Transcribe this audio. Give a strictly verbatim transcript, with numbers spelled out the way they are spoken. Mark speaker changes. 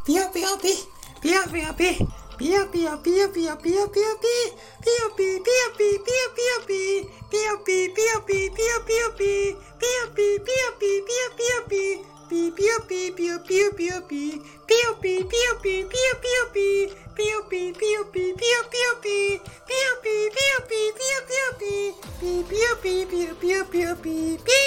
Speaker 1: ピヨピヨピピヨピヨピピヨピヨピヨピヨピヨピヨピピヨピピヨピピヨピヨピピヨピピヨピピヨピヨピピヨピピヨピピヨピヨピピピヨピピヨピヨピヨピピヨピピヨピピヨピヨピピヨピピヨピピヨピヨピピヨピピヨピピヨピヨピピピヨピピヨピヨピヨピピ